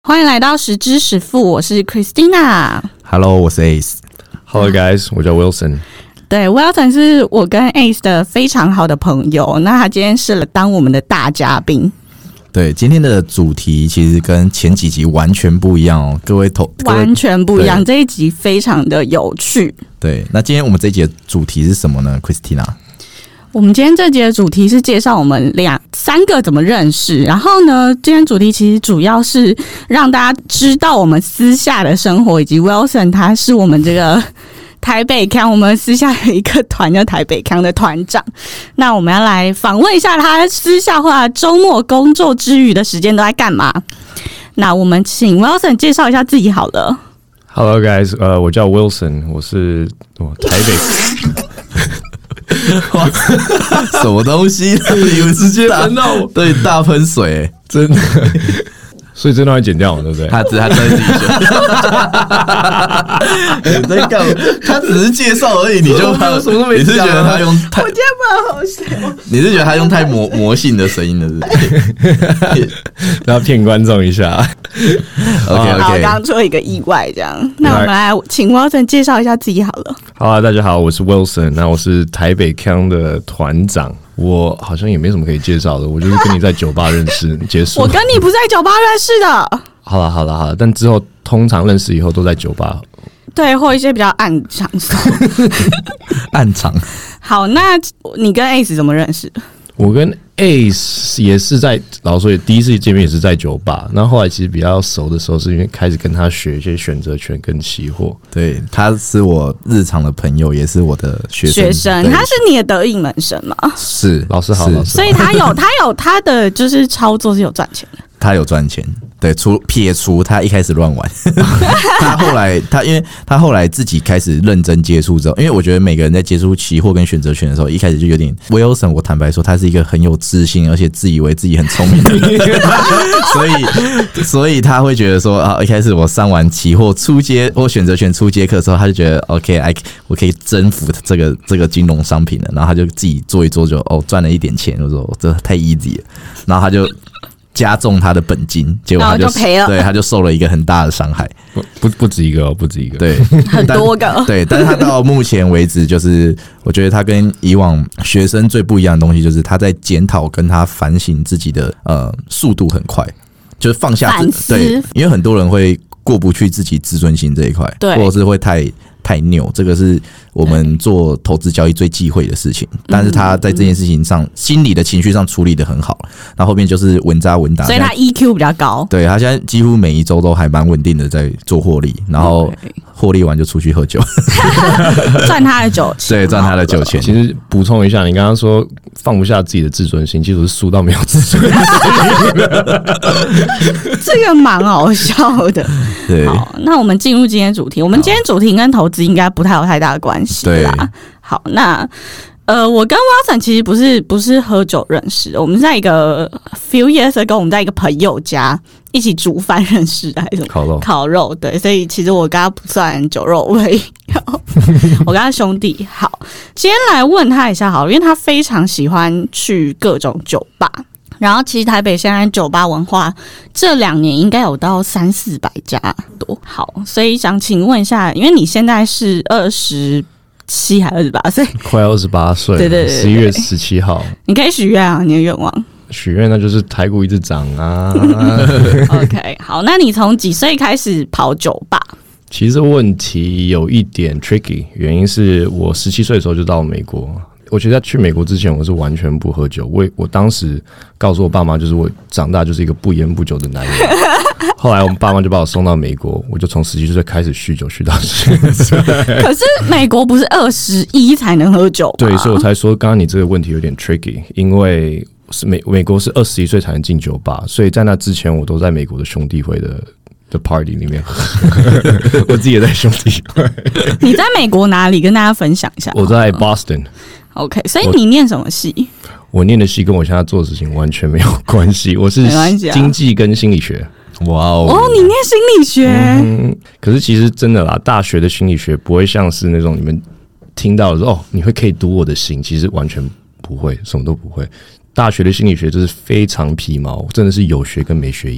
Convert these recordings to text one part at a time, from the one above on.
欢迎来到实知实富，我是 Christina。Hello， 我是 Ace。Hello guys， 我叫 Wilson。 对 ，Wilson 是我跟 Ace 的非常好的朋友，那他今天是当我们的大嘉宾。 对，今天的主题其实跟前几集完全不一样哦，各位完全不一样，这一集非常的有趣。 对，那今天我们这一集的主题是什么呢 ，Christina？ 我们今天这集的主题是介绍我们三个怎么认识，然后呢，今天主题其实主要是让大家知道我们私下的生活，以及 Wilson 他是我们这个台北康，我们私下有一个团叫台北康的团长。那我们要来访问一下他私下或者周末工作之余的时间都在干嘛。那我们请 Wilson 介绍一下自己好了。 Hello guys， 我叫 Wilson， 我是台北。 什么东西？你们直接喷到我，对，大喷水、欸， 真的。所以这段会剪掉嘛，对不对？ 他真的自己选。你在干嘛？他只是介绍而已，你就什么都没讲。 你是觉得他用太？ 我今天不好笑。 你是觉得他用太魔性的声音了，是不是？ 然后骗观众一下。 OK， 好，刚刚出了一个意外，这样。那我们来请 Wilson 介绍一下自己好了。 好啊，大家好，我是 Wilson， 那我是台北康的团长。我好像也没什么可以介绍的，我就是跟你在酒吧认识，结束。 我跟你不是在酒吧认识的。 好了，但之后通常认识以后都在酒吧， 对，或一些比较暗场所。 暗场。 好，那你跟 Ace 怎么认识的？ 我跟 Ace 也是在，老实说，第一次见面也是在酒吧。然后后来其实比较熟的时候，是因为开始跟他学一些选择权跟期货。 对，他是我日常的朋友，也是我的学生。 他是你的得意门生吗？ 是， 老师好，老师好。 所以他有他的就是操作是有赚钱的。 他有赚钱，对，撇除他一开始乱玩，因为他后来自己开始认真接触之后，因为我觉得每个人在接触期货跟选择权的时候，一开始就有点 Wilson， 我坦白说，他是一个很有自信，而且自以为自己很聪明的人，所以他会觉得说啊，一开始我上完期货初阶或选择权初阶课的时候，他就觉得 OK， 我可以征服这个金融商品了，然后他就自己做一做就赚了一点钱，我说这太 easy 了，然后他就加重他的本金，结果他就赔了， 对，他就受了一个很大的伤害， 不止一个，不止一个， 对， 很多个， 对，但是他到目前为止，就是我觉得他跟以往学生最不一样的东西，就是他在检讨跟他反省自己的速度很快，就是放下对，因为很多人会过不去自己自尊心这一块， 对， 或者是会太拗，这个是我们做投资交易最忌讳的事情。但是他在这件事情上，心理的情绪上处理得很好，然后后面就是稳扎稳打， 所以他 EQ 比较高。 对，他现在几乎每一周都还蛮稳定的在做获利，然后获利完就出去喝酒， 赚他的酒钱。 对，赚他的酒钱。 其实补充一下，你刚刚说放不下自己的自尊心，其实是输到没有自尊心。 这个蛮好笑的。 对， 好，那我们进入今天主题。我们今天主题跟投资应该不太有太大的关系啦。好，那我跟 Wilson 其实不是喝酒认识的，我们在一个 few years ago， 我们在一个朋友家一起煮饭认识的，还是什么烤肉，对，所以其实我跟他不算酒肉味，我跟他兄弟。好，今天来问他一下好了，因为他非常喜欢去各种酒吧。然后其实台北现在酒吧文化这2年应该有到300-400家多。好，所以想请问一下，因为你现在是27还28岁， 快28岁， 对 11月17号， 你可以许愿啊，你的愿望。 许愿那就是台股一直涨啊。 OK， 好，那你从几岁开始跑酒吧？ 其实问题有一点 tricky， 原因是我17岁的时候就到美国。我觉得在去美国之前，我是完全不喝酒。我当时告诉我爸妈，就是我长大就是一个不烟不酒的男人。后来我们爸妈就把我送到美国，我就从17岁开始酗酒，酗到现在。 可是美国不是21才能喝酒吗？ 对，所以我才说刚刚你这个问题有点 tricky， 因为是美国是21岁才能进酒吧，所以在那之前我都在美国的兄弟会的 party 里面喝。我自己也在兄弟会。 你在美国哪里？跟大家分享一下。 我在 Boston。OK， 所以你念什么系？ 我念的系跟我现在做的事情完全没有关系，我是经济跟心理学。 哇哦！ 你念心理学？ 可是其实真的啦，大学的心理学不会像是那种你们听到的说你会可以读我的心，其实完全不会，什么都不会。大学的心理学就是非常皮毛，真的是有学跟没学一样。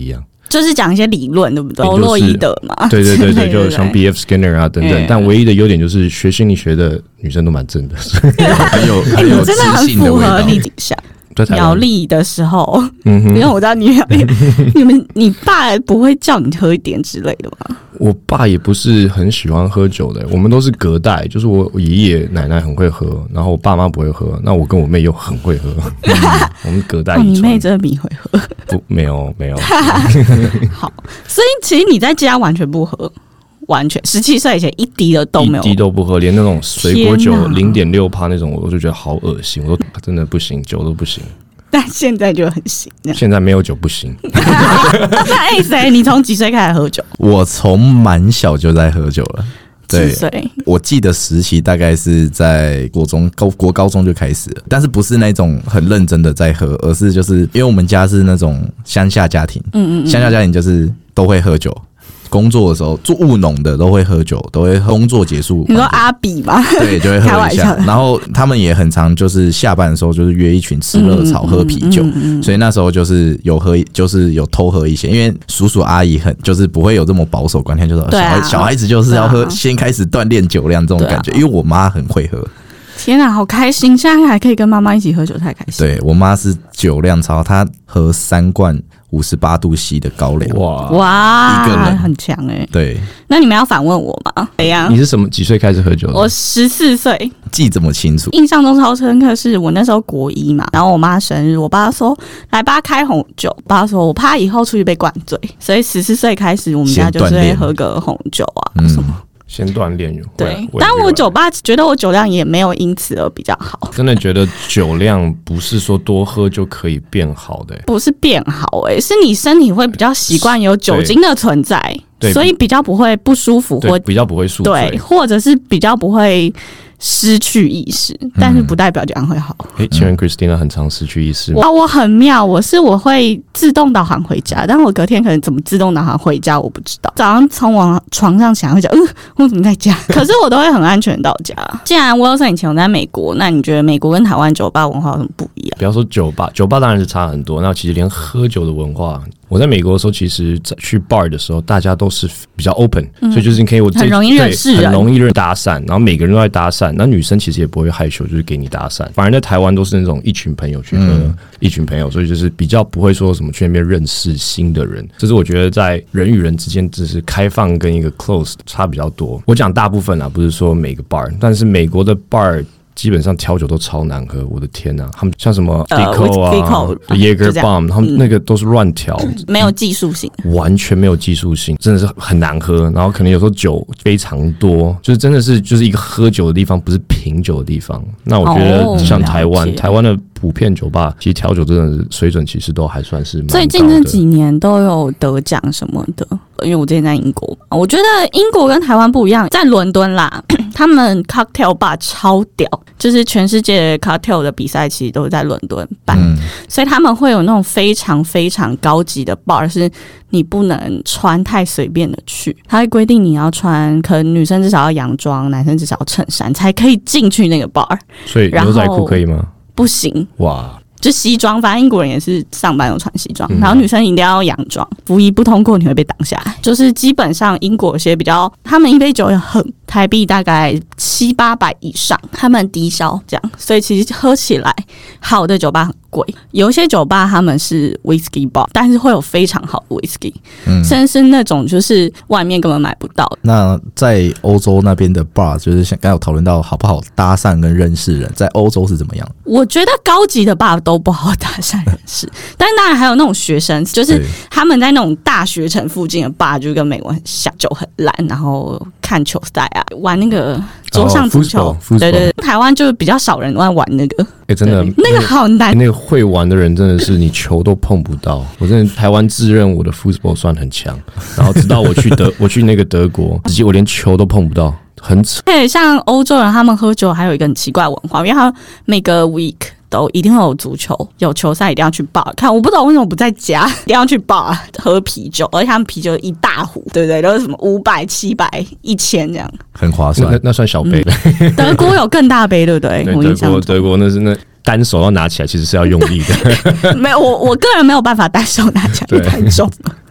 就是讲一些理论，对不对？弗洛伊德嘛， 对，就像 B.F. Skinner 啊等等。但唯一的优点就是学心理学的女生都蛮正的， 很有真的很符合你景象。苗栗的时候，因为我知道你苗栗，你爸不会叫你喝一点之类的吗？ 我爸也不是很喜欢喝酒的，我们都是隔代，就是我爷爷奶奶很会喝，然后我爸妈不会喝，那我跟我妹又很会喝，我们隔代遗传。 你妹真的比你会喝？ 不，没有。 好，所以其实你在家完全不喝。完全17岁以前一滴的都没有， 一滴都不喝，连那种水果酒0.6%那种，我都觉得好恶心，我都真的不行，酒都不行。 但现在就很行， 现在没有酒不行。 那谁？你从几岁开始喝酒？ 我从蛮小就在喝酒了。对，我记得时期大概是在国高中就开始了，但是不是那种很认真的在喝，而是就是因为我们家是那种乡下家庭，乡下家庭就是都会喝酒。工作的时候做务农的都会喝酒，都会工作结束。 你说阿比吗？ 对，就会喝一下。然后他们也很常就是下班的时候就是约一群吃热炒喝啤酒，所以那时候就是有偷喝一些，因为叔叔阿姨就是不会有这么保守观念，就是小孩子就是要喝，先开始锻炼酒量这种感觉。因为我妈很会喝。 天啊，好开心！现在还可以跟妈妈一起喝酒，太开心。 对，我妈是酒量超，她喝3罐58度 C 的高粱， 哇， 一个人很强对， 那你们要反问我吗？怎样？ 你是几岁开始喝酒的？ 我14岁， 记这么清楚。 印象中超深刻是我那时候国1嘛，然后我妈生日，我爸说来爸开红酒，爸说我怕以后出去被灌醉，所以14岁开始我们家就是会喝个红酒啊什么。 先锻炼有对，但我酒吧觉得我酒量也没有因此而比较好。 真的觉得酒量不是说多喝就可以变好的， 不是变好是你身体会比较习惯有酒精的存在，所以比较不会不舒服，或比较不会宿醉， 对，或者是比较不会失去意识，但是不代表这样会好。 请问 Christina 很常失去意识吗？ 我很妙，我会自动导航回家，但我隔天可能怎么自动导航回家我不知道。早上从床上起来会讲，我怎么在家？可是我都会很安全到家。既然 Wilson 以前有在美国，那你觉得美国跟台湾酒吧文化有什么不一样？ 不要说酒吧当然是差很多。那其实连喝酒的文化，我在美国的时候，其实去 bar 的时候，大家都是比较 open，所以就是你可以很容易认识人， 很容易搭讪，然后每个人都在搭讪，那女生其实也不会害羞，就是给你搭讪。反而在台湾都是那种一群朋友去喝，一群朋友，所以就是比较不会说什么去那边认识新的人。这是我觉得在人与人之间，只是开放跟一个 close 差比较多。我讲大部分不是说每个 bar， 但是美国的 bar。基本上调酒都超难喝，我的天啊！他们像什么 Dico 啊、Jaeger Bomb， 他们那个都是乱调， 没有技术性， 完全没有技术性，真的是很难喝。然后可能有时候酒非常多，就是真的是就是一个喝酒的地方，不是品酒的地方。那我觉得像台湾的普遍酒吧，其实调酒真的是水准其实都还算是蛮高的。最近这几年都有得奖什么的，因为我之前在英国，我觉得英国跟台湾不一样，在伦敦啦，他们 cocktail bar 超屌，就是全世界 cocktail 的比赛其实都是在伦敦办，所以他们会有那种非常非常高级的 bar， 是你不能穿太随便的去，他会规定你要穿，可能女生至少要洋装，男生至少要衬衫才可以进去那个 bar。 所以牛仔裤可以吗？ 不行， 哇！ 就西装，反正英国人也是上班有穿西装，然后女生一定要洋装，服役不通过你会被挡下来。就是基本上英国有些比较，他们一杯酒也很台币大概700-800以上，他们低消这样，所以其实喝起来好的酒吧很贵。有一些酒吧他们是 whisky bar， 但是会有非常好的 whisky，甚至是那种就是外面根本买不到。 那在欧洲那边的 bar， 就是像刚才有讨论到好不好搭讪跟认识人，在欧洲是怎么样？ 我觉得高级的 bar 都不好搭讪认识，但当然还有那种学生，就是他们在那种大学城附近的 bar， 就跟美国很像，酒很烂，然后看球赛啊，玩那个桌上足球，对对对，台湾就比较少人玩那个。 真的那个好难， 那个会玩的人真的是你球都碰不到。我真的台湾自认我的 football 算很强，然后直到我去那个德国，直接我连球都碰不到，很扯。 对，像欧洲人他们喝酒还有一个很奇怪的文化，因为他每个 week都一定会有足球，有球赛一定要去 bar 看。我不懂为什么不在家，一定要去 bar 喝啤酒，而且他们啤酒一大壶，对不对？都是什么500、700、1000这样， 很划算。 那算小杯。 德国有更大杯，对不对？ 德国那是那单手要拿起来，其实是要用力的。 没有，我个人没有办法单手拿起来，太重了。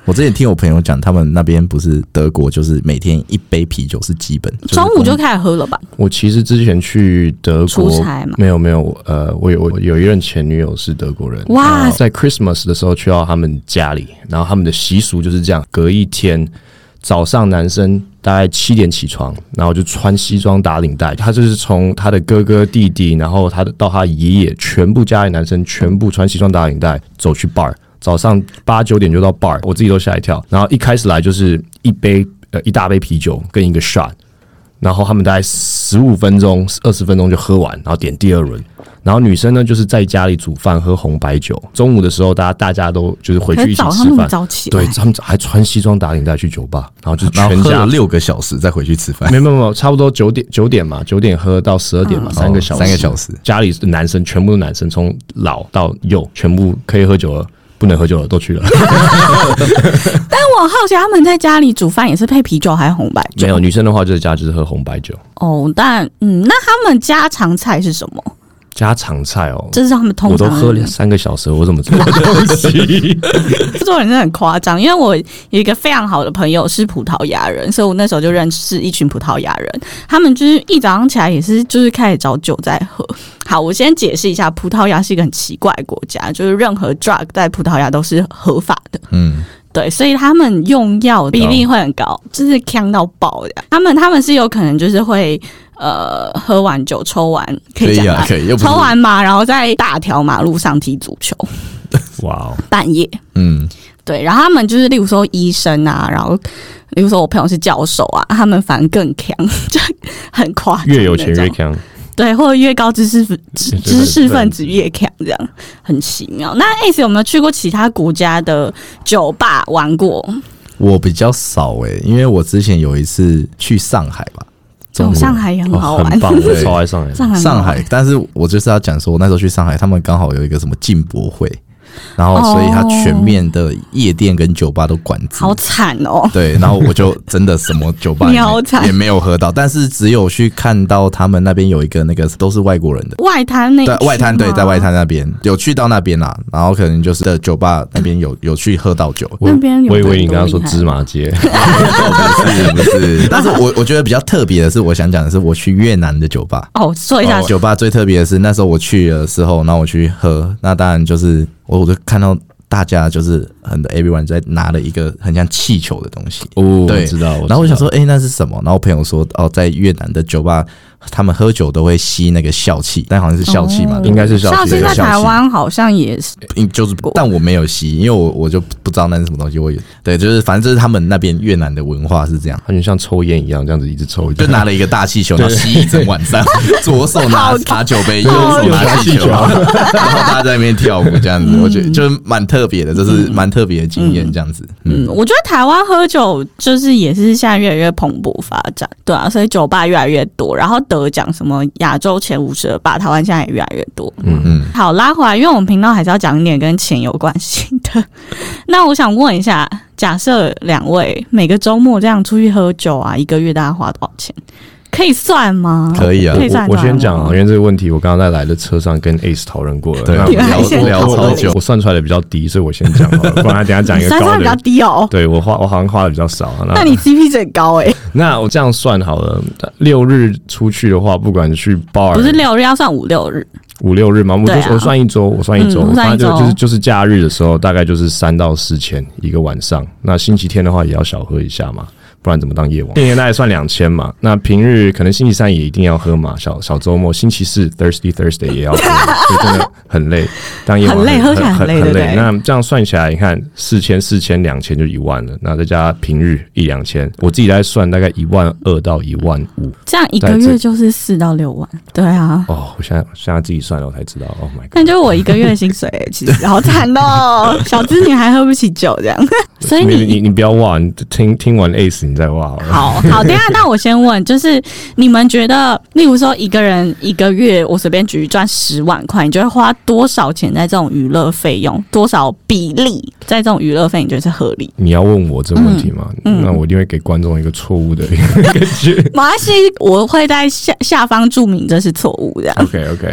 我之前听我朋友讲，他们那边不是德国，就是每天1杯啤酒是基本， 中午就开始喝了吧？ 我其实之前去德国出差嘛， 没有，我有一任前女友是德国人，哇，在 Christmas 的时候去到他们家里，然后他们的习俗就是这样，隔一天早上男生大概7点起床，然后就穿西装打领带，他就是从他的哥哥弟弟，然后到他爷爷，全部家里男生全部穿西装打领带走去 bar， 早上8、9点就到 bar， 我自己都吓一跳。然后一开始来就是一大杯啤酒跟一个 shot， 然后他们大概15分钟、20分钟就喝完，然后点第二轮。然后女生呢，就是在家里煮饭喝红白酒。中午的时候，大家都就是回去一起吃饭。 早上那么早起， 对，他们还穿西装打领带去酒吧，然后就是全家喝了6个小时再回去吃饭。 没有，差不多9点嘛，9点喝到12点嘛，3个小时。家里的男生全部的男生，从老到幼，全部可以喝酒了。不能喝酒了，都去了。 但我好奇，他们在家里煮饭也是配啤酒还是红白酒？ 没有，女生的话就是家就是喝红白酒。 哦，那他们家常菜是什么？ 家常菜哦， 这是他们通常我都喝了3个小时，我怎么知道这东西？ 这种人真的很夸张，因为我有一个非常好的朋友是葡萄牙人，所以我那时候就认识一群葡萄牙人，他们就是一早上起来也是就是开始找酒在喝。好，我先解释一下，葡萄牙是一个很奇怪的国家，就是任何 drug 在葡萄牙都是合法的。对，所以他们用药比例会很高，就是呛到爆的。他们是有可能就是会喝完酒抽完可以讲可以， 抽完嘛，然后在大条马路上踢足球。 哇哦， 半夜，对，然后他们就是例如说医生啊，然后例如说我朋友是教授啊，他们反而更强，就很夸张， 越有钱越强。 对，或者越高知识分子越强，这样很奇妙。那 Ace 有没有去过其他国家的酒吧玩过？ 我比较少因为我之前有一次去上海吧。 上海也很好玩， 很棒，我超爱上海。 上海，但是我就是要讲说，我那时候去上海，他们刚好有一个什么进博会。然后，所以他全面的夜店跟酒吧都管制， 好惨哦。 对，然后我就真的什么酒吧也没有喝到，但是只有去看到他们那边有一个那个都是外国人的外滩那对外滩，对，在外滩那边有去到那边啦，然后可能就是在酒吧那边有去喝到酒。 那边有， 我以为你刚刚说芝麻街， 不是。但是我觉得比较特别的是，我想讲的是我去越南的酒吧。 说一下酒吧最特别的是那时候我去的时候，然后我去喝，那当然就是我就看到大家就是很多 everyone 在拿了一个很像气球的东西。对， 我知道。 然后我想说，那是什么？然后我朋友说，在越南的酒吧，他们喝酒都会吸那个笑气，但好像是笑气嘛，应该是笑气。 在台湾好像也是， 就是，但我没有吸，因为我就不知道那是什么东西。对，就是反正就是他们那边越南的文化是这样， 他就像抽烟一样，这样子一直抽， 就拿了一个大气球，然后吸一整晚上，左手拿酒杯，右手拿气球，然后大家在那边跳舞，这样子，我觉得就是蛮特别的，这是蛮特别的经验，这样子。 我觉得台湾喝酒就是也是现在越来越蓬勃发展，对啊，所以酒吧越来越多，然后得奖什么亚洲前50的吧，台湾现在也越来越多。好，拉回来，因为我们频道还是要讲一点跟钱有关系的。那我想问一下，假设2位每个周末这样出去喝酒啊，1个月大概花多少钱？可以算吗？ 可以啊， 我先讲啊，因为这个问题我刚刚在来的车上跟 Ace 讨论过了， 对，聊超久， 我算出来的比较低，所以我先讲好了，不然等一下讲一个高的。 算出来比较低哦。 对，我好像花的比较少啊。 那你 CP 值很高那我这样算好了，6日出去的话，不管去 bar， 不是6日，要算5、6日。 5、6日嘛，我算一周，反正就是假日的时候，大概就是3到4千一个晚上。那星期天的话，也要小喝一下嘛。不然怎么当夜王？一年大概算2000嘛。那平日可能星期3也一定要喝嘛，小周末，星期4 Thursday 也要喝，所以真的很累。当夜王很累，喝起来很累，对不对？ 那这样算起来，你看4000、2000就1万了。那再加平日1、2千，我自己在算大概12000到15000， 这样1个月就是4到6万。对啊。 我现在自己算了，我才知道。Oh my god！ 那就是我1个月的薪水其实好惨哦，小资女还喝不起酒这样。所以你不要哇，你听完 Ace 你再哇好，等一下，那我先问，就是你们觉得，例如说一个人1个月，我随便举赚10万块，你觉得花多少钱在这种娱乐费用？多少比例在这种娱乐费，你觉得是合理？ 你要问我这个问题吗？那我一定会给观众一个错误的感觉。 马来西亚我会在下方注明这是错误的。 OK，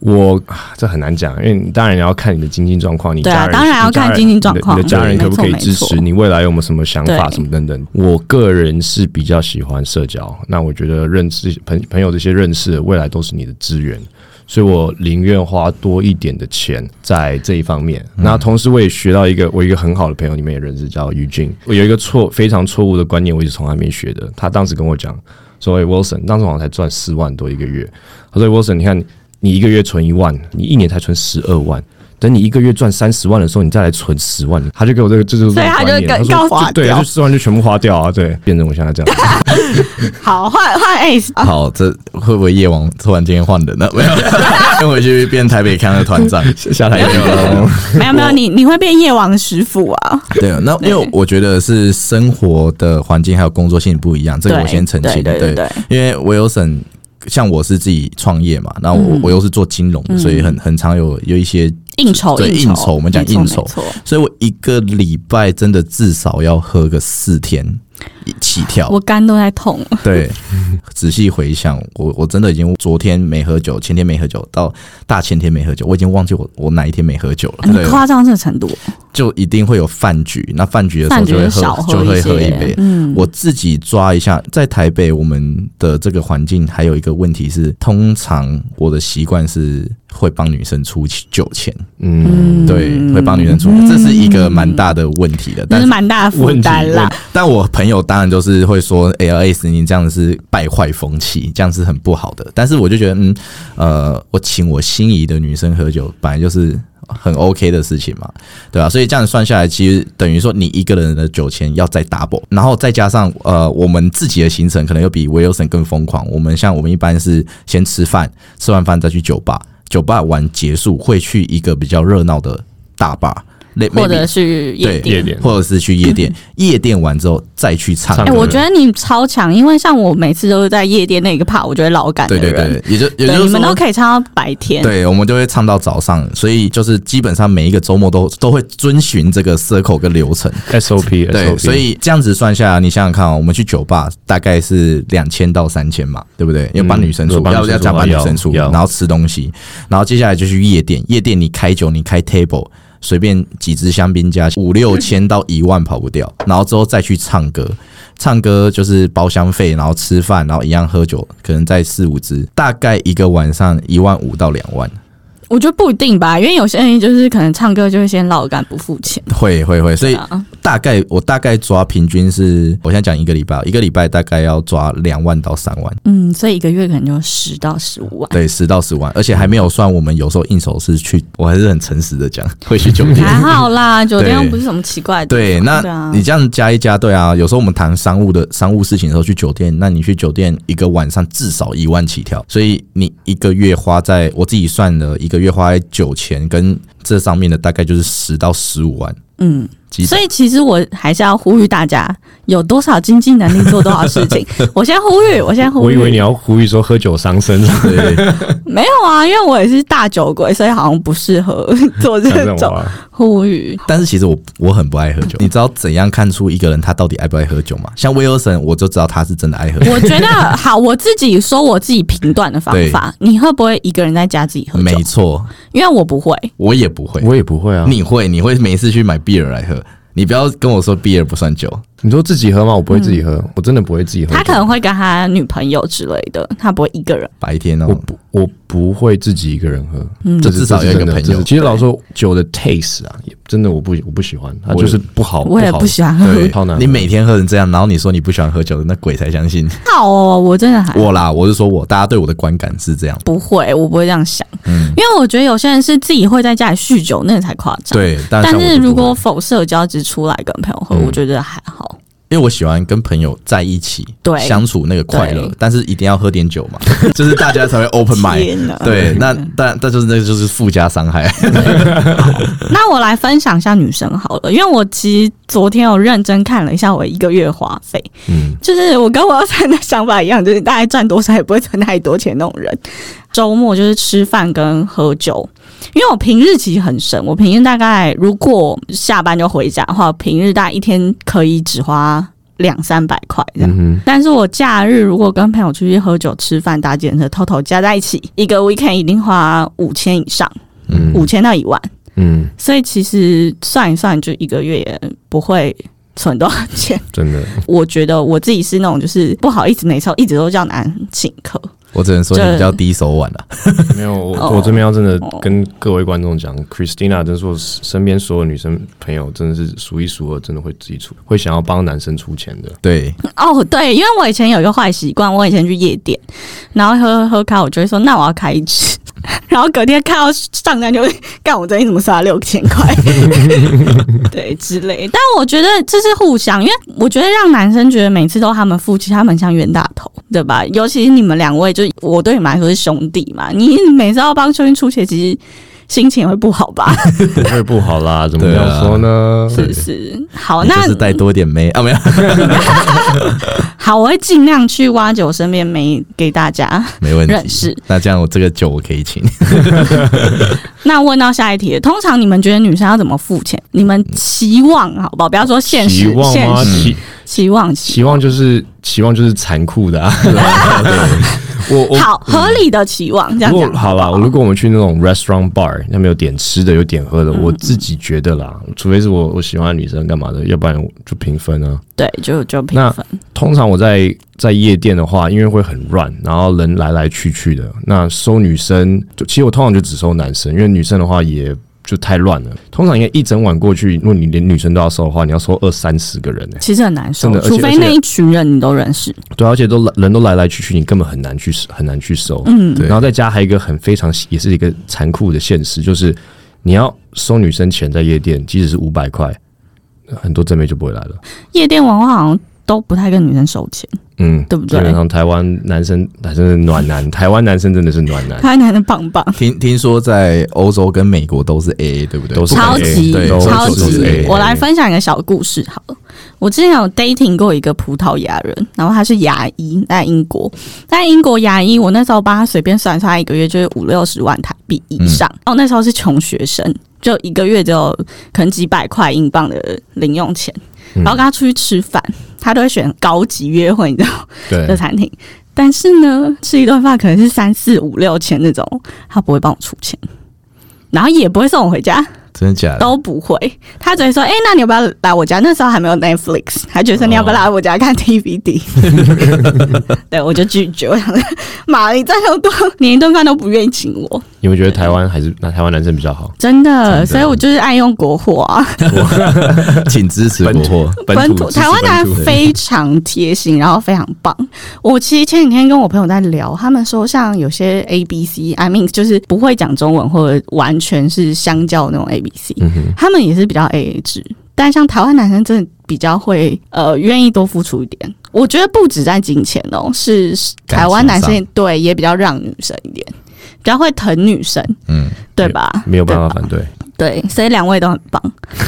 这很难讲，因为你当然要看你的经济状况，你家人当然要看经济状况， 你的家人可不可以支持你，未来有没有什么想法什么等等。我个人是比较喜欢社交，那我觉得认识朋友这些认识的未来都是你的资源，所以我宁愿花多一点的钱在这一方面。那同时我也学到我一个很好的朋友，你们也认识，叫Eugene。我有一个非常错误的观念，我一直从他那边学的。他当时跟我讲说，Wilson， 当时好像才赚4万多一个月。他说 Wilson， 你看你一个月存1万，你一年才存12万。等你一个月赚30万的时候，你再来存10万，他就给我这就是所以他就告花掉， 对，就4万就全部花掉啊，对，变成我现在这样。 好，换 Ace， 好，这会不会夜王突然间换人了？没有，跟回去变台北康的团长， 下台没有， 没有，你会变夜王师傅啊？ 对，那因为我觉得是生活的环境还有工作性不一样，这个我先澄清。对，因为Wilson。像我是自己创业嘛，然后我又是做金融的，所以很常有一些应酬， 我们讲应酬，所以我一个礼拜真的至少要喝个4天起跳， 我肝都在痛。 对，仔细回想，我真的已经昨天没喝酒，前天没喝酒，到大前天没喝酒，我已经忘记我哪一天没喝酒了。 你夸张这个程度， 就一定会有饭局，那饭局的时候就会喝一杯。我自己抓一下，在台北我们的这个环境还有一个问题是，通常我的习惯是会帮女生出酒钱。对，会帮女生出，这是一个蛮大的问题的，但是蛮大的负担啦。 但我朋友当然就是会说 ，ALS 你这样子是败坏风气，这样是很不好的。但是我就觉得，我请我心仪的女生喝酒，本来就是很 OK 的事情嘛，对吧？所以这样算下来，其实等于说你一个人的酒钱要再 double， 然后再加上我们自己的行程可能又比 Wilson 更疯狂。我们一般是先吃饭，吃完饭再去酒吧，酒吧完结束会去一个比较热闹的大bar。 或者是夜店， 或者是去夜店，夜店完之后再去唱歌。 我觉得你超强，因为像我每次都是在夜店那个趴，我觉得老感的人。 对，也就是说你们都可以唱到白天。 对，我们就会唱到早上，所以就是基本上每一个周末都会遵循这个 circle 跟流程 SOP。 对，所以这样子算下来，你想想看我们去酒吧大概是2000到3000嘛，对不对？因为帮女生出，要加帮女生出，然后吃东西，然后接下来就去夜店，夜店你开酒，你开 table。随便几支香槟加5、6千到1万跑不掉，然后之后再去唱歌，唱歌就是包厢费，然后吃饭，然后一样喝酒，可能再4、5支，大概一个晚上15000到2万。 我觉得不一定吧，因为有些人就是可能唱歌就会先老干不付钱。 会，所以我大概抓平均是，我现在讲一个礼拜大概要抓2万到3万。 所以一个月可能就10到15万。 对，10到10万，而且还没有算我们有时候应酬是去，我还是很诚实的讲，会去酒店。 还好啦，酒店又不是什么奇怪的。 对，那你这样加一加，对啊，有时候我们谈商务事情的时候去酒店，那你去酒店一个晚上至少1万起跳，所以你一个月花在我自己算了一个月花在酒钱跟这上面的大概就是10到15万。所以其实我还是要呼吁大家，有多少经济能力做多少事情。我先呼吁。 我以为你要呼吁说喝酒伤身。对， 没有啊，因为我也是大酒鬼，所以好像不适合做这种呼吁。 但是其实我很不爱喝酒。你知道怎样看出一个人他到底爱不爱喝酒吗？像威尔森，我就知道他是真的爱喝酒。 我觉得好，我自己说我自己评断的方法，你会不会一个人在家自己喝酒？ 没错， 因为我不会， 我也不会， 我也不会啊。 你会每一次去买 beer 来喝。你不要跟我说 beer 不算酒。 你说自己喝吗？我不会自己喝，我真的不会自己喝。 他可能会跟他女朋友之类的，他不会一个人。 白天哦， 我不会自己一个人喝， 就至少有一个朋友。 其实老实说，酒的 taste 啊，真的我不喜欢，它就是不好。 我也不喜欢喝。 你每天喝成这样，然后你说你不喜欢喝酒，那鬼才相信。 好哦，我真的还我是说大家对我的观感是这样。 不会，我不会这样想。因为我觉得有些人是自己会在家里酗酒，那个才夸张。 对， 但是如果否社交只出来跟朋友喝，我觉得还好。 因为我喜欢跟朋友在一起相处那个快乐，但是一定要喝点酒嘛，就是大家才会 open mind。对，但就是那个就是附加伤害。 那我来分享一下女生好了，因为我其实昨天有认真看了一下我一个月花费，就是我跟我要赚的想法一样，就是大概赚多少也不会赚太多钱那种人。周末就是吃饭跟喝酒，因为我平日其实很省，我平日大概如果下班就回家的话，平日大概一天可以只花 200-300块这样。但是我假日如果跟朋友出去喝酒、吃饭、搭计程车，total加在一起，一个 weekend 一定花5000以上，5000到1万。所以其实算一算，就一个月也不会存多少钱。真的，我觉得我自己是那种就是不好意思，没错，一直都叫男人请客。 我只能说你比较低手腕啦。 没有，我这边要真的跟各位观众讲 ，Christina 真是我身边所有女生朋友真的是数一数二，真的会自己出，会想要帮男生出钱的。 对， 对，因为我以前有一个坏习惯，我以前去夜店，然后喝咖，我就会说那我要开一支，然后隔天看到账单就会干我这里怎么刷6000块，对之类。但我觉得这是互相，因为我觉得让男生觉得每次都他们付起，他们像冤大头，对吧？尤其是你们两位，就我对你们来说是兄弟嘛，你每次要帮兄弟出钱，其实心情会不好吧？ 不会不好啦，怎么这样说呢？ 是好，那就是带多点妹啊，没有。 好，我会尽量去挖掘我身边妹给大家没问题认识。 那这样我这个酒我可以请。 那问到下一题，通常你们觉得女生要怎么付钱？你们期望好不好？不要说现实，期望就是残酷的啊。 好合理的期望，这样讲好啦。如果我们去那种 restaurant bar， 那边有点吃的，有点喝的，我自己觉得啦，除非是我喜欢的女生干嘛的，要不然就平分啊。 对，就平分。 通常我在夜店的话，因为会很乱，然后人来来去去的，那收女生其实我通常就只收男生，因为女生的话也就太乱了。通常应该一整晚过去，如果你连女生都要收的话，你要收20-30个人其实很难收，除非那一群人你都认识。 对，而且人都来来去去，你根本很难去收。然后再加还有一个也是一个残酷的现实，就是你要收女生钱在夜店，即使是500块，很多正妹就不会来了。 夜店文化好像都不太跟女生收钱。对不对？ 基本上台湾男生是暖男，台湾男生真的是暖男， 台湾男生棒棒。 听说在欧洲跟美国都是 AA， 对不对？ 都是 AA， 超级。 AA。 我来分享一个小故事好了。我之前有 dating 过一个葡萄牙人，然后他是牙医，在英国。在英国牙医，我那时候帮他随便算，他一个月就是50-60万台币以上。然后那时候是穷学生，就一个月只有可能几百块英镑的零用钱。然后跟他出去吃饭，他都会选高级约会，你知道的餐厅。但是呢，吃一顿饭可能是3、4、5、6千那种，他不会帮我出钱，然后也不会送我回家。 真的假的？ 都不会，他只会说：“那你要不要来我家？”那时候还没有 Netflix， 还觉得你要不要来我家看 DVD？ 对，我就拒绝。我想说，妈，你再有多，连一顿饭都不愿意请我。 你们觉得台湾男生比较好？ 真的，所以我就是爱用国货啊。 请支持国货， 本土台湾男非常贴心，然后非常棒。我其实前几天跟我朋友在聊，他们说像有些 ABC，I mean 就是不会讲中文或者完全是相较那种 ABC，他们也是比较 AA 制。但像台湾男生真的比较会愿意多付出一点。我觉得不止在金钱哦，是台湾男生对也比较让女生一点。比较会疼女生，对吧？ 没有办法反对， 对，所以两位都很棒。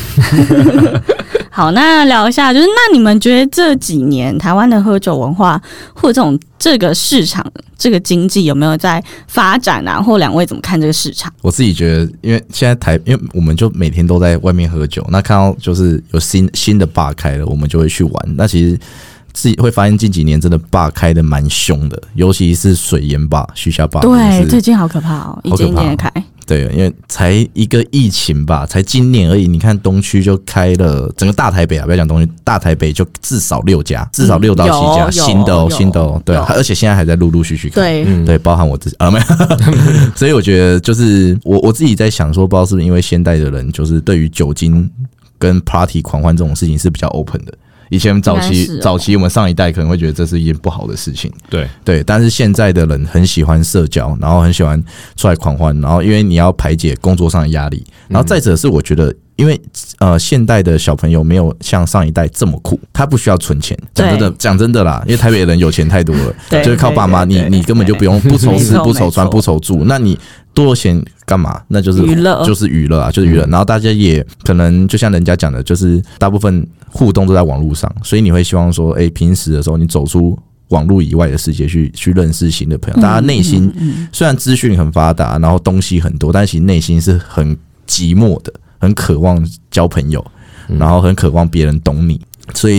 好，那聊一下，就是那你们觉得这几年台湾的喝酒文化或者这个市场、这个经济有没有在发展啊？或两位怎么看这个市场？ 我自己觉得，因为现在因为我们就每天都在外面喝酒，那看到就是有新的 bar 开了，我们就会去玩。那其实自己会发现近几年真的 bar 开的蛮凶的，尤其是水烟 bar、虚下 bar。 对，最近好可怕哦，一间一间的开。 对，因为才一个疫情吧，才今年而已。你看东区就开了，整个大台北啊，不要讲东区，大台北就至少6家，至少6到7家，新的哦，对啊，而且现在还在陆续开。对，包含我自己没有。所以我觉得就是我自己在想说，不知道是不是因为现代的人就是对于酒精跟 party 狂欢这种事情是比较 open 的。以前早期我们上一代可能会觉得这是一件不好的事情，对，但是现在的人很喜欢社交，然后很喜欢出来狂欢，然后因为你要排解工作上的压力，然后再者是我觉得，因为现代的小朋友没有像上一代这么酷，他不需要存钱。讲真的啦，因为台北人有钱太多了，就是靠爸妈，你根本就不用不愁吃不愁穿不愁住，那你多了钱干嘛？那就是娱乐啊，就是娱乐。然后大家也可能就像人家讲的，就是大部分互动都在网络上，所以你会希望说，平时的时候你走出网络以外的世界去认识新的朋友。大家内心虽然资讯很发达，然后东西很多，但其实内心是很寂寞的，很渴望交朋友，然后很渴望别人懂你。所以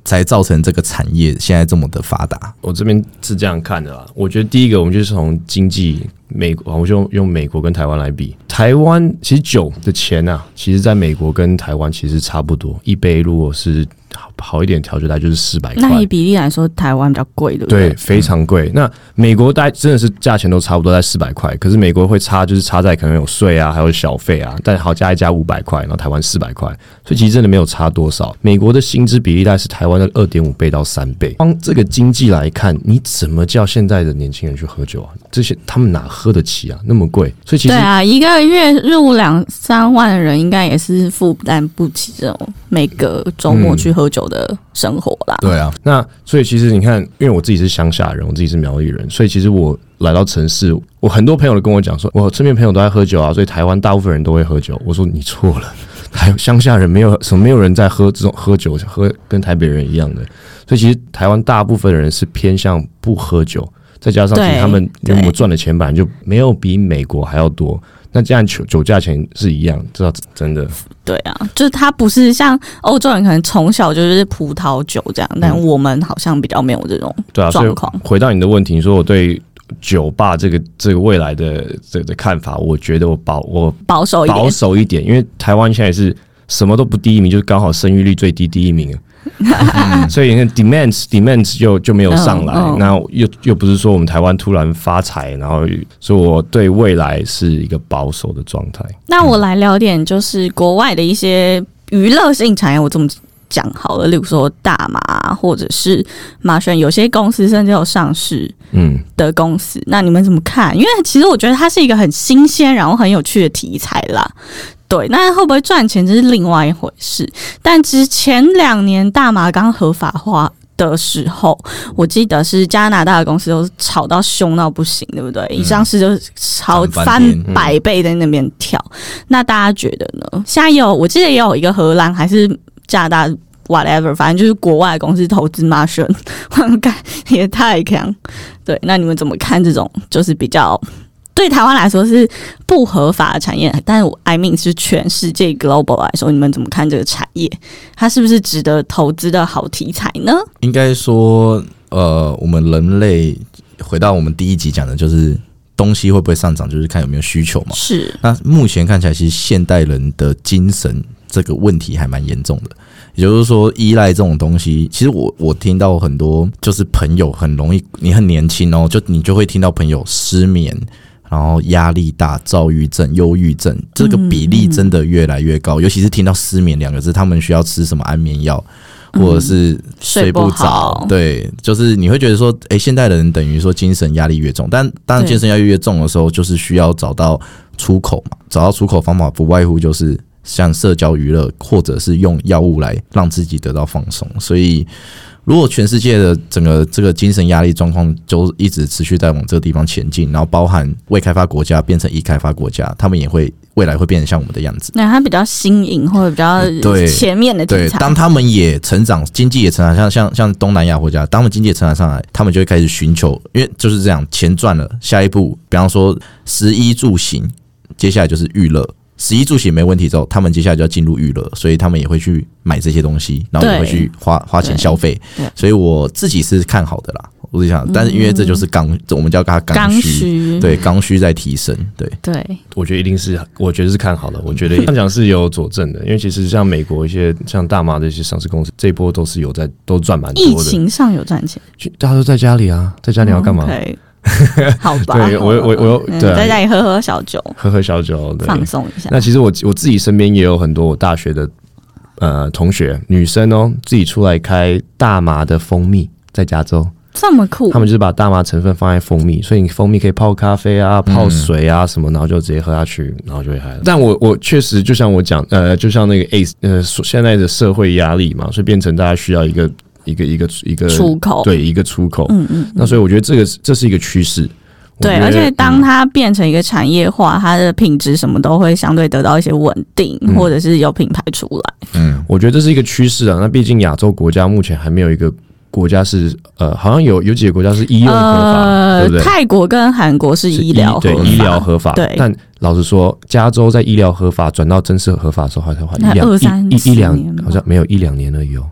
才造成这个产业现在这么的发达。 我这边是这样看的啦，我觉得第一个我们就是从经济，美国，我就用美国跟台湾来比。台湾其实酒的钱啊，其实在美国跟台湾其实差不多，一杯如果是好一点调酒大概就是400块。 那以比例来说，台湾比较贵，对不对？ 对，非常贵。那美国大概真的是价钱都差不多在400块，可是美国会差，就是差在可能有税啊，还有小费啊，但好加一加500块，然后台湾400块，所以其实真的没有差多少。美国的薪资比例大概是台湾的2.5倍到3倍。光这个经济来看，你怎么叫现在的年轻人去喝酒啊？这些他们哪喝得起啊？那么贵，所以其实对啊，一个月入2-3万的人，应该也是负担不起这种每个周末去喝酒的生活啦。 对啊， 那所以其实你看，因为我自己是乡下人，我自己是苗栗人，所以其实我来到城市，我很多朋友都跟我讲说，我身边朋友都在喝酒啊，所以台湾大部分人都会喝酒。我说你错了，还有乡下人没有人在喝这种喝酒，喝跟台北人一样的。所以其实台湾大部分的人是偏向不喝酒，再加上其实他们因为我赚的钱本来就没有比美国还要多。那这样酒价钱是一样，这真的对啊，就是它不是像欧洲人可能从小就是葡萄酒这样，但我们好像比较没有这种状况。 回到你的问题，你说我对酒吧这个未来的看法，我觉得我保守一点，因为台湾现在是什么都不第一名，就是刚好生育率最低第一名。所以你看 demand 就没有上来，那又不是说我们台湾突然发财，然后所以我对未来是一个保守的状态。 那我来聊点就是国外的一些娱乐性产业，我这么讲好了，例如说大麻或者是麻选，有些公司甚至有上市的公司，那你们怎么看？因为其实我觉得它是一个很新鲜然后很有趣的题材啦。对，那会不会赚钱这是另外一回事。但之前2年大麻刚合法化的时候，我记得是加拿大的公司都炒到凶到不行，对不对？一上市就超翻100倍在那边跳。那大家觉得呢？现在我记得也有一个荷兰还是加拿大 whatever， 反正就是国外的公司投资 Mushroom， 我感也太强。对，那你们怎么看这种就是比较？对台湾来说是不合法的产业，但是 I mean 是全世界 global 来说，你们怎么看这个产业？它是不是值得投资的好题材呢？ 应该说，我们人类回到我们第一集讲的，就是东西会不会上涨，就是看有没有需求嘛。 是。 那目前看起来，其实现代人的精神这个问题还蛮严重的。也就是说，依赖这种东西，其实我听到很多，就是朋友很容易，你很年轻哦，你就会听到朋友失眠。然后压力大、躁郁症、忧郁症，这个比例真的越来越高。尤其是听到失眠2个字，他们需要吃什么安眠药，或者是睡不着。对，就是你会觉得说，现代人等于说精神压力越重，但当精神压力越重的时候，就是需要找到出口嘛。找到出口方法不外乎就是像社交娱乐，或者是用药物来让自己得到放松。所以如果全世界的整个这个精神压力状况就一直持续在往这个地方前进，然后包含未开发国家变成已开发国家，他们也会未来会变成像我们的样子。 那它比较新颖或者比较前面的题材。 对，当他们也成长，经济也成长，像东南亚国家，当他们经济也成长上来，他们就会开始寻求，因为就是这样，钱赚了，下一步，比方说食衣住行，接下来就是娱乐。食衣住行没问题之后，他们接下来就要进入娱乐，所以他们也会去买这些东西，然后也会去花钱消费。所以我自己是看好的啦，我是想，但是因为这就是我们叫它刚需，对，刚需在提升，对， 我觉得我觉得是看好的，我觉得这样讲是有佐证的，因为其实像美国一些像大麻的一些上市公司，这一波都是都赚蛮多的， 疫情上有赚钱， 大家都在家里啊，在家里要干嘛？ 好吧， 对我对、 在家里喝小酒，放松一下。 那其实我自己身边也有很多我大学的同学，女生哦，自己出来开大麻的蜂蜜，在加州。 这么酷， 他们就是把大麻成分放在蜂蜜，所以你蜂蜜可以泡咖啡啊、泡水啊什么，然后就直接喝下去，然后就会嗨了。但我确实就像我讲，就像那个现在的社会压力嘛，所以变成大家需要一个出口， 对，一个出口。那所以我觉得这是一个趋势。 对，而且当它变成一个产业化，它的品质什么都会相对得到一些稳定，或者是有品牌出来。 我觉得这是一个趋势啊。那毕竟亚洲国家目前还没有一个国家是好像有几个国家是医用合法，对不对？ 泰国跟韩国是医疗合法， 对，医疗合法。 对， 但老实说，加州在医疗合法转到正式合法的时候，还是花一两年，好像没有1-2年而已哦。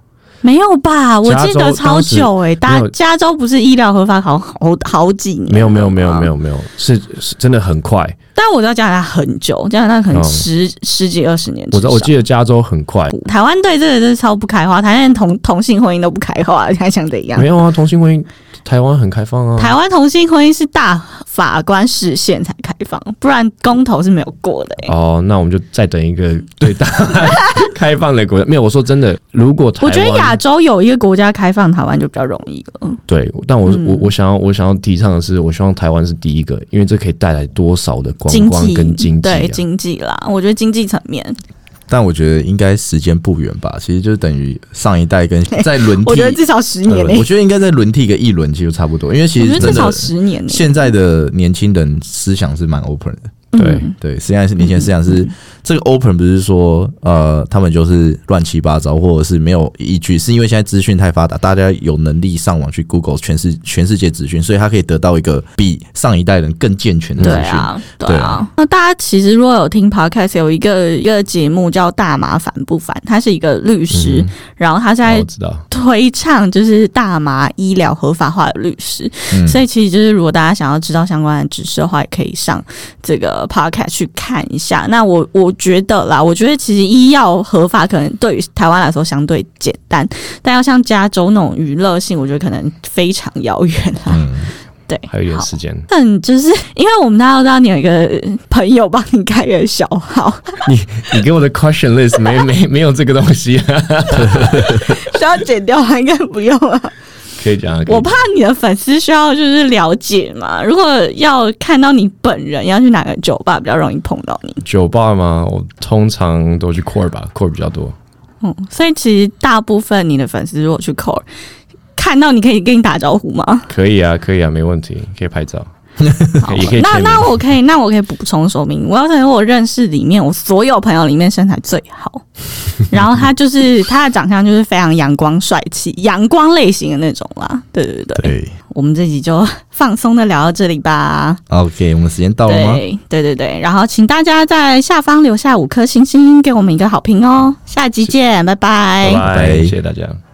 没有吧？我记得超久加州不是医疗合法好几年？ 没有，是真的很快。 但我知道加拿大很久，加拿大可能十几20年。 我记得加州很快。 台湾对这个是超不开化，台湾同性婚姻都不开化，你还想怎样？ 没有啊，同性婚姻台湾很开放啊。 台湾同性婚姻是大法官释宪才开放，不然公投是没有过的。 哦，那我们就再等一个对大开放的国家。没有，我说真的，如果台湾， 我觉得亚洲有一个国家开放，台湾就比较容易了。 对，但我想要提倡的是，我希望台湾是第一个，因为这可以带来多少的观光跟经济， 对经济啦，我觉得经济层面。 但我觉得应该时间不远吧，其实就是等于上一代跟在轮替， 我觉得至少10年我觉得应该再轮替个1轮其实差不多，因为其实真的至少10年。 现在的年轻人思想是蛮 open 的。对，实际上是年轻人思想是这个 open， 不是说他们就是乱七八糟或者是没有依据，是因为现在资讯太发达，大家有能力上网去 Google 全世界资讯，所以他可以得到一个比上一代人更健全的资讯。 对啊。那大家其实如果有听 podcast， 有一个节目叫《大麻烦不烦》，他是一个律师，然后他在推倡就是大麻医疗合法化的律师，所以其实就是如果大家想要知道相关的知识的话，也可以上这个podcast 去看一下。那我觉得啦，我觉得其实医药合法可能对于台湾来说相对简单，但要像加州那种娱乐性，我觉得可能非常遥远啦。对， 还有一点时间。 但就是因为我们大家都知道你有一个朋友帮你开个小号， 你给我的 question list 没有这个东西， 需要剪掉吗？应该不用啊。 可以讲， 我怕你的粉丝需要就是了解嘛。如果要看到你本人，要去哪个酒吧比较容易碰到你？ 酒吧吗？我通常都去 Core 吧 ，Core 比较多。 所以其实大部分你的粉丝如果去 Core 看到你，可以跟你打招呼吗？ 可以啊，没问题，可以拍照。也可以那我可以补充说明，我要承认我认识里面我所有朋友里面身材最好，然后他的长相就是非常阳光帅气、阳光类型的那种啦。对，我们这集就放松的聊到这里吧。 OK， 我们时间到了吗？ 对，然后请大家在下方留下5颗星星，给我们一个好评哦。下集见，拜拜， 谢谢大家。